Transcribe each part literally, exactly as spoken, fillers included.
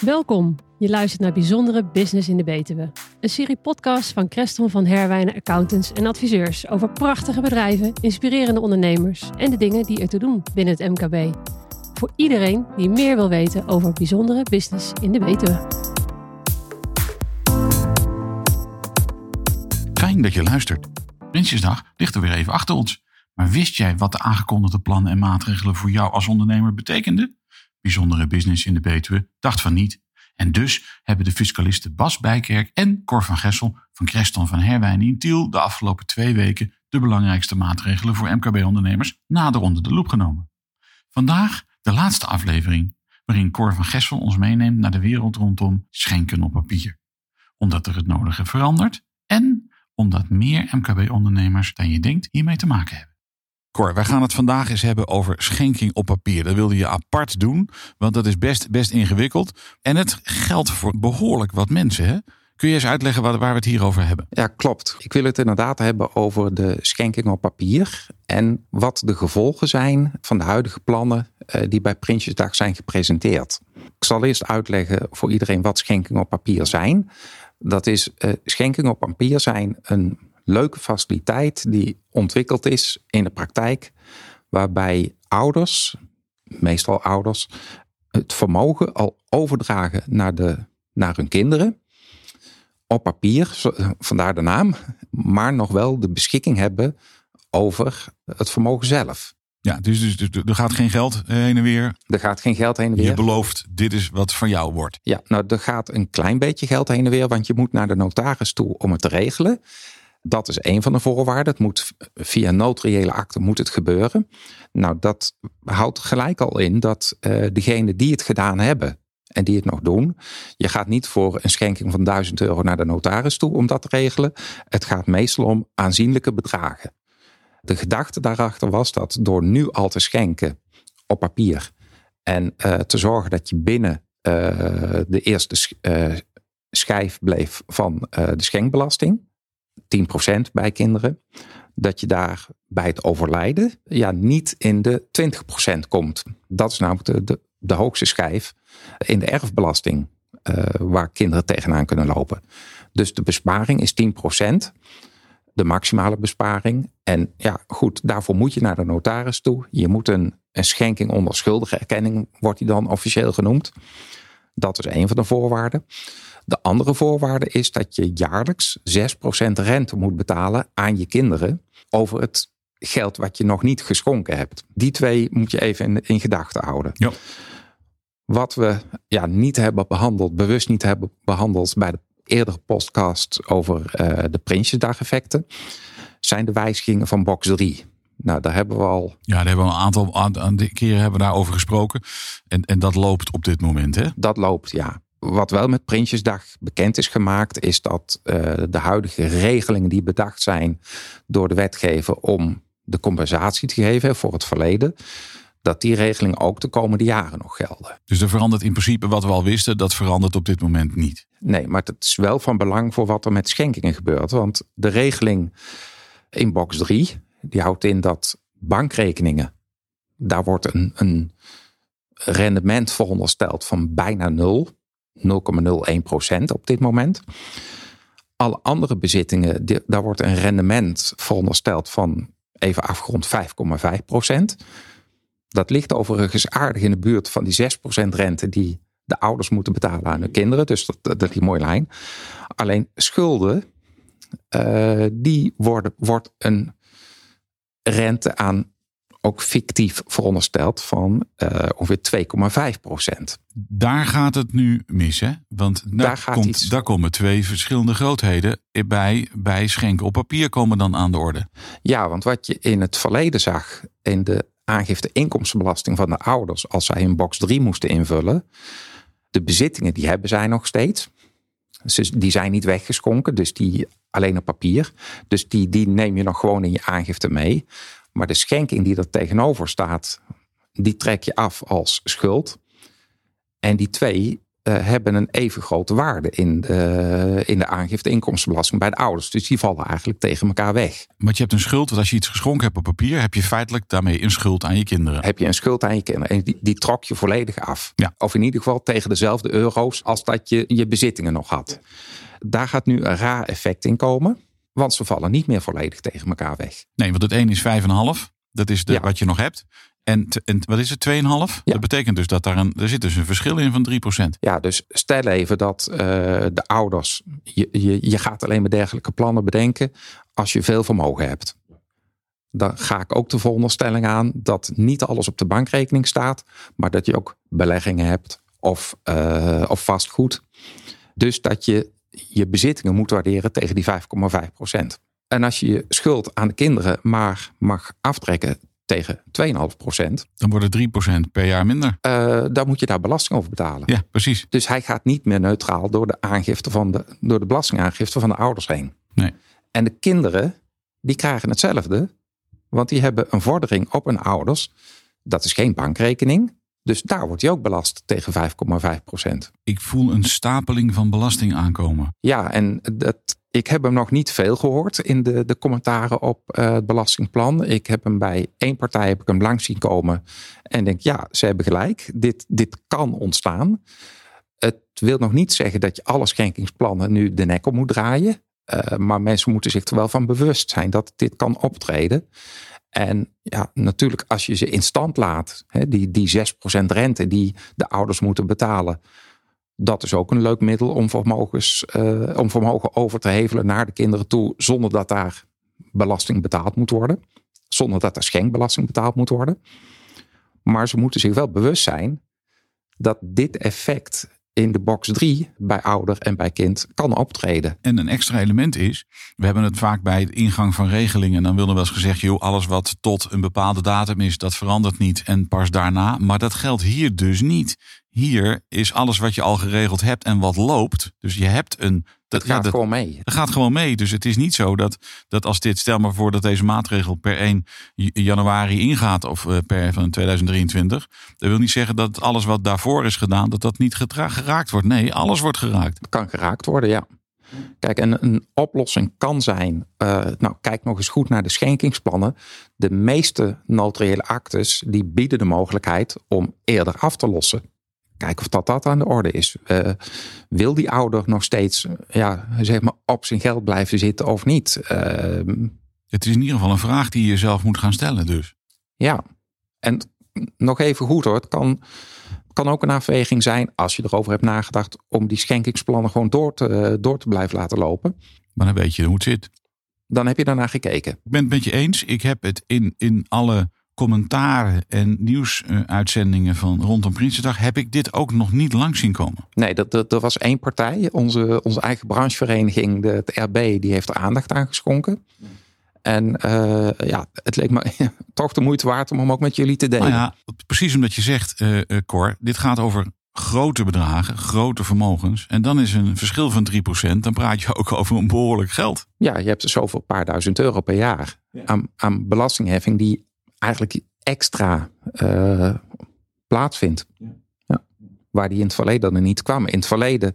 Welkom. Je luistert naar Bijzondere Business in de Betuwe. Een serie podcast van Creston van Herwijnen Accountants en Adviseurs over prachtige bedrijven, inspirerende ondernemers en de dingen die ertoe doen binnen het M K B. Voor iedereen die meer wil weten over bijzondere business in de Betuwe. Fijn dat je luistert. Prinsjesdag ligt er weer even achter ons. Maar wist jij wat de aangekondigde plannen en maatregelen voor jou als ondernemer betekenden? Bijzondere Business in de Betuwe dacht van niet. En dus hebben de fiscalisten Bas Bijkerk en Cor van Gessel van Creston van Herwijnen in Tiel de afgelopen twee weken de belangrijkste maatregelen voor M K B-ondernemers nader onder de loep genomen. Vandaag de laatste aflevering waarin Cor van Gessel ons meeneemt naar de wereld rondom schenken op papier. Omdat er het nodige verandert en omdat meer M K B-ondernemers dan je denkt hiermee te maken hebben. Cor, wij gaan het vandaag eens hebben over schenking op papier. Dat wilde je apart doen, want dat is best, best ingewikkeld. En het geldt voor behoorlijk wat mensen, hè? Kun je eens uitleggen waar we het hier over hebben? Ja, klopt. Ik wil het inderdaad hebben over de schenking op papier en wat de gevolgen zijn van de huidige plannen die bij Prinsjesdag zijn gepresenteerd. Ik zal eerst uitleggen voor iedereen wat schenking op papier zijn. Dat is uh, schenking op papier zijn een leuke faciliteit die ontwikkeld is in de praktijk, waarbij ouders, meestal ouders, het vermogen al overdragen naar, de, naar hun kinderen op papier, vandaar de naam, maar nog wel de beschikking hebben over het vermogen zelf. Ja, dus, dus, dus er gaat geen geld heen en weer. Er gaat geen geld heen en weer. Je belooft, dit is wat van jou wordt. Ja, nou er gaat een klein beetje geld heen en weer, want je moet naar de notaris toe om het te regelen. Dat is een van de voorwaarden. Het moet via notariële akte moet het gebeuren. Nou, dat houdt gelijk al in dat uh, degenen die het gedaan hebben en die het nog doen, je gaat niet voor een schenking van duizend euro naar de notaris toe om dat te regelen. Het gaat meestal om aanzienlijke bedragen. De gedachte daarachter was dat door nu al te schenken op papier en uh, te zorgen dat je binnen uh, de eerste uh, schijf bleef van uh, de schenkbelasting, tien procent bij kinderen, dat je daar bij het overlijden ja, niet in de twintig procent komt. Dat is namelijk de, de, de hoogste schijf in de erfbelasting uh, waar kinderen tegenaan kunnen lopen. Dus de besparing is tien procent. De maximale besparing. En ja, goed, daarvoor moet je naar de notaris toe. Je moet een, een schenking onder schuldige erkenning, wordt die dan officieel genoemd. Dat is een van de voorwaarden. De andere voorwaarde is dat je jaarlijks zes procent rente moet betalen aan je kinderen over het geld wat je nog niet geschonken hebt. Die twee moet je even in, in gedachten houden. Ja. Wat we ja, niet hebben behandeld, bewust niet hebben behandeld bij de eerdere podcast over uh, de Prinsjesdag-effecten, zijn de wijzigingen van box drie. Nou, daar hebben we al... Ja, daar hebben we een aantal aan de keren hebben we daarover gesproken. En, en dat loopt op dit moment, hè? Dat loopt, ja. Wat wel met Prinsjesdag bekend is gemaakt, is dat uh, de huidige regelingen die bedacht zijn door de wetgever om de compensatie te geven voor het verleden, dat die regelingen ook de komende jaren nog gelden. Dus er verandert in principe wat we al wisten, dat verandert op dit moment niet. Nee, maar het is wel van belang voor wat er met schenkingen gebeurt. Want de regeling in box drie, die houdt in dat bankrekeningen, daar wordt een, een rendement verondersteld van bijna nul. nul komma nul één procent op dit moment. Alle andere bezittingen, die, daar wordt een rendement verondersteld van even afgerond vijf komma vijf procent. Dat ligt overigens aardig in de buurt van die zes procent rente die de ouders moeten betalen aan hun kinderen. Dus dat, dat, dat is een mooie lijn. Alleen schulden, uh, die worden, wordt een rente aan ook fictief verondersteld van uh, ongeveer twee komma vijf procent. Daar gaat het nu mis, hè? Want daar, daar, gaat komt, iets... daar komen twee verschillende grootheden bij, bij schenken op papier komen dan aan de orde. Ja, want wat je in het verleden zag in de aangifte inkomstenbelasting van de ouders als zij hun box drie moesten invullen, de bezittingen die hebben zij nog steeds. Dus die zijn niet weggeschonken, dus die alleen op papier. Dus die, die neem je nog gewoon in je aangifte mee. Maar de schenking die er tegenover staat, die trek je af als schuld. En die twee uh, hebben een even grote waarde in de, in de aangifte inkomstenbelasting bij de ouders. Dus die vallen eigenlijk tegen elkaar weg. Want je hebt een schuld, want als je iets geschonken hebt op papier, heb je feitelijk daarmee een schuld aan je kinderen. Heb je een schuld aan je kinderen en die, die trok je volledig af. Ja. Of in ieder geval tegen dezelfde euro's als dat je je bezittingen nog had. Daar gaat nu een raar effect in komen, want ze vallen niet meer volledig tegen elkaar weg. Nee, want het een is vijf komma vijf. Dat is de, ja. wat je nog hebt. En, te, en wat is het, twee komma vijf? Ja. Dat betekent dus dat daar een, er zit dus een verschil in van drie procent. Ja, dus stel even dat uh, de ouders, je, je, je gaat alleen maar dergelijke plannen bedenken als je veel vermogen hebt. Dan ga ik ook de veronderstelling aan dat niet alles op de bankrekening staat, maar dat je ook beleggingen hebt of, uh, of vastgoed. Dus dat je je bezittingen moet waarderen tegen die vijf komma vijf procent. En als je je schuld aan de kinderen maar mag aftrekken tegen twee komma vijf procent. Dan wordt het drie procent per jaar minder. Uh, dan moet je daar belasting over betalen. Ja, precies. Dus hij gaat niet meer neutraal door de, aangifte van de, door de belastingaangifte van de ouders heen. Nee. En de kinderen, die krijgen hetzelfde. Want die hebben een vordering op hun ouders. Dat is geen bankrekening. Dus daar wordt hij ook belast tegen vijf komma vijf procent. Ik voel een stapeling van belasting aankomen. Ja, en dat, ik heb hem nog niet veel gehoord in de, de commentaren op uh, het belastingplan. Ik heb hem bij één partij heb ik hem langs zien komen. En denk, ja, ze hebben gelijk. Dit, dit kan ontstaan. Het wil nog niet zeggen dat je alle schenkingsplannen nu de nek op moet draaien. Uh, maar mensen moeten zich er wel van bewust zijn dat dit kan optreden. En ja, natuurlijk als je ze in stand laat, hè, die, die zes procent rente die de ouders moeten betalen. Dat is ook een leuk middel om, vermogens, uh, om vermogen over te hevelen naar de kinderen toe. Zonder dat daar belasting betaald moet worden. Zonder dat er schenkbelasting betaald moet worden. Maar ze moeten zich wel bewust zijn dat dit effect in de box drie bij ouder en bij kind kan optreden. En een extra element is, we hebben het vaak bij de ingang van regelingen. Dan wilde wel eens gezegd, joh, alles wat tot een bepaalde datum is, dat verandert niet en pas daarna. Maar dat geldt hier dus niet. Hier is alles wat je al geregeld hebt en wat loopt. Dus je hebt een... Dat gaat ja, dat, gewoon mee. Dat gaat gewoon mee. Dus het is niet zo dat, dat als dit, stel maar voor dat deze maatregel per één januari ingaat of per van tweeduizend drieëntwintig. Dat wil niet zeggen dat alles wat daarvoor is gedaan, dat dat niet getra- geraakt wordt. Nee, alles wordt geraakt. Het kan geraakt worden, ja. Kijk, en een oplossing kan zijn, uh, nou kijk nog eens goed naar de schenkingsplannen. De meeste notariële actes die bieden de mogelijkheid om eerder af te lossen. Kijk of dat, dat aan de orde is. Uh, wil die ouder nog steeds ja, zeg maar op zijn geld blijven zitten of niet? Uh, het is in ieder geval een vraag die je zelf moet gaan stellen dus. Ja, en nog even goed hoor. Het kan, kan ook een afweging zijn, als je erover hebt nagedacht, om die schenkingsplannen gewoon door te, door te blijven laten lopen. Maar dan weet je hoe het zit. Dan heb je daarnaar gekeken. Ik ben het met je eens. Ik heb het in, in alle commentaren en nieuwsuitzendingen van rondom Prinsjesdag heb ik dit ook nog niet langs zien komen. Nee, dat, dat, er was één partij, onze, onze eigen branchevereniging, de, de R B, die heeft er aandacht aan geschonken. En uh, ja, het leek me toch de moeite waard om hem ook met jullie te delen. Nou ja, precies omdat je zegt, uh, uh, Cor, dit gaat over grote bedragen, grote vermogens. En dan is een verschil van drie procent, dan praat je ook over een behoorlijk geld. Ja, je hebt er zoveel paar duizend euro per jaar ja. aan, aan belastingheffing die eigenlijk extra uh, plaatsvindt. Ja. Ja. Waar die in het verleden dan niet kwam. In het verleden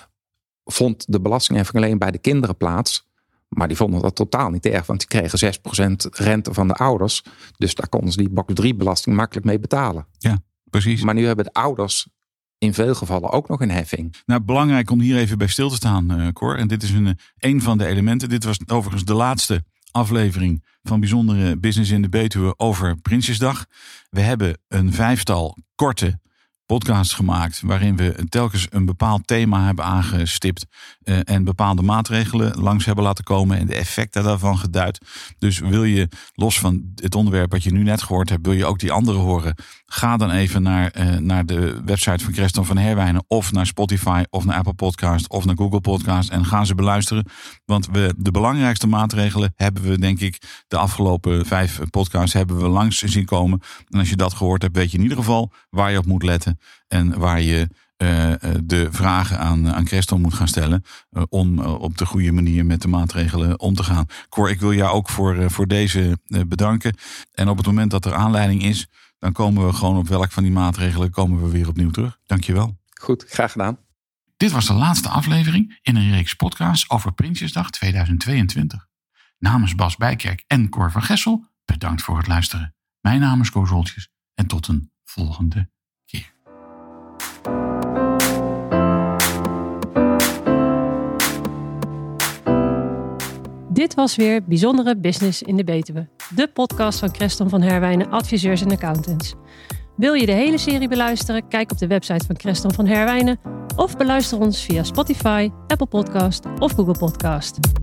vond de belastingheffing alleen bij de kinderen plaats. Maar die vonden dat totaal niet erg. Want die kregen zes procent rente van de ouders. Dus daar konden ze die box drie belasting makkelijk mee betalen. Ja, precies. Maar nu hebben de ouders in veel gevallen ook nog een heffing. Nou, belangrijk om hier even bij stil te staan, uh, Cor. En dit is een, een van de elementen. Dit was overigens de laatste aflevering van Bijzondere Business in de Betuwe over Prinsjesdag. We hebben een vijftal korte podcasts gemaakt waarin we telkens een bepaald thema hebben aangestipt uh, en bepaalde maatregelen langs hebben laten komen en de effecten daarvan geduid. Dus wil je, los van het onderwerp wat je nu net gehoord hebt, wil je ook die andere horen, ga dan even naar, uh, naar de website van Christon van Herwijnen of naar Spotify of naar Apple Podcast of naar Google Podcast en ga ze beluisteren. Want we, de belangrijkste maatregelen hebben we, denk ik, de afgelopen vijf podcasts hebben we langs zien komen. En als je dat gehoord hebt, weet je in ieder geval waar je op moet letten en waar je uh, de vragen aan, aan Christon moet gaan stellen uh, om uh, op de goede manier met de maatregelen om te gaan. Cor, ik wil jou ook voor, uh, voor deze uh, bedanken. En op het moment dat er aanleiding is, dan komen we gewoon op welk van die maatregelen komen we weer opnieuw terug. Dankjewel. Goed, graag gedaan. Dit was de laatste aflevering in een reeks podcasts over Prinsjesdag tweeduizend tweeëntwintig. Namens Bas Bijkerk en Cor van Gessel, bedankt voor het luisteren. Mijn naam is Koos Holtjes en tot een volgende keer. Dit was weer Bijzondere Business in de Betuwe. De podcast van Creston van Herwijnen Adviseurs en Accountants. Wil je de hele serie beluisteren? Kijk op de website van Creston van Herwijnen of beluister ons via Spotify, Apple Podcast of Google Podcast.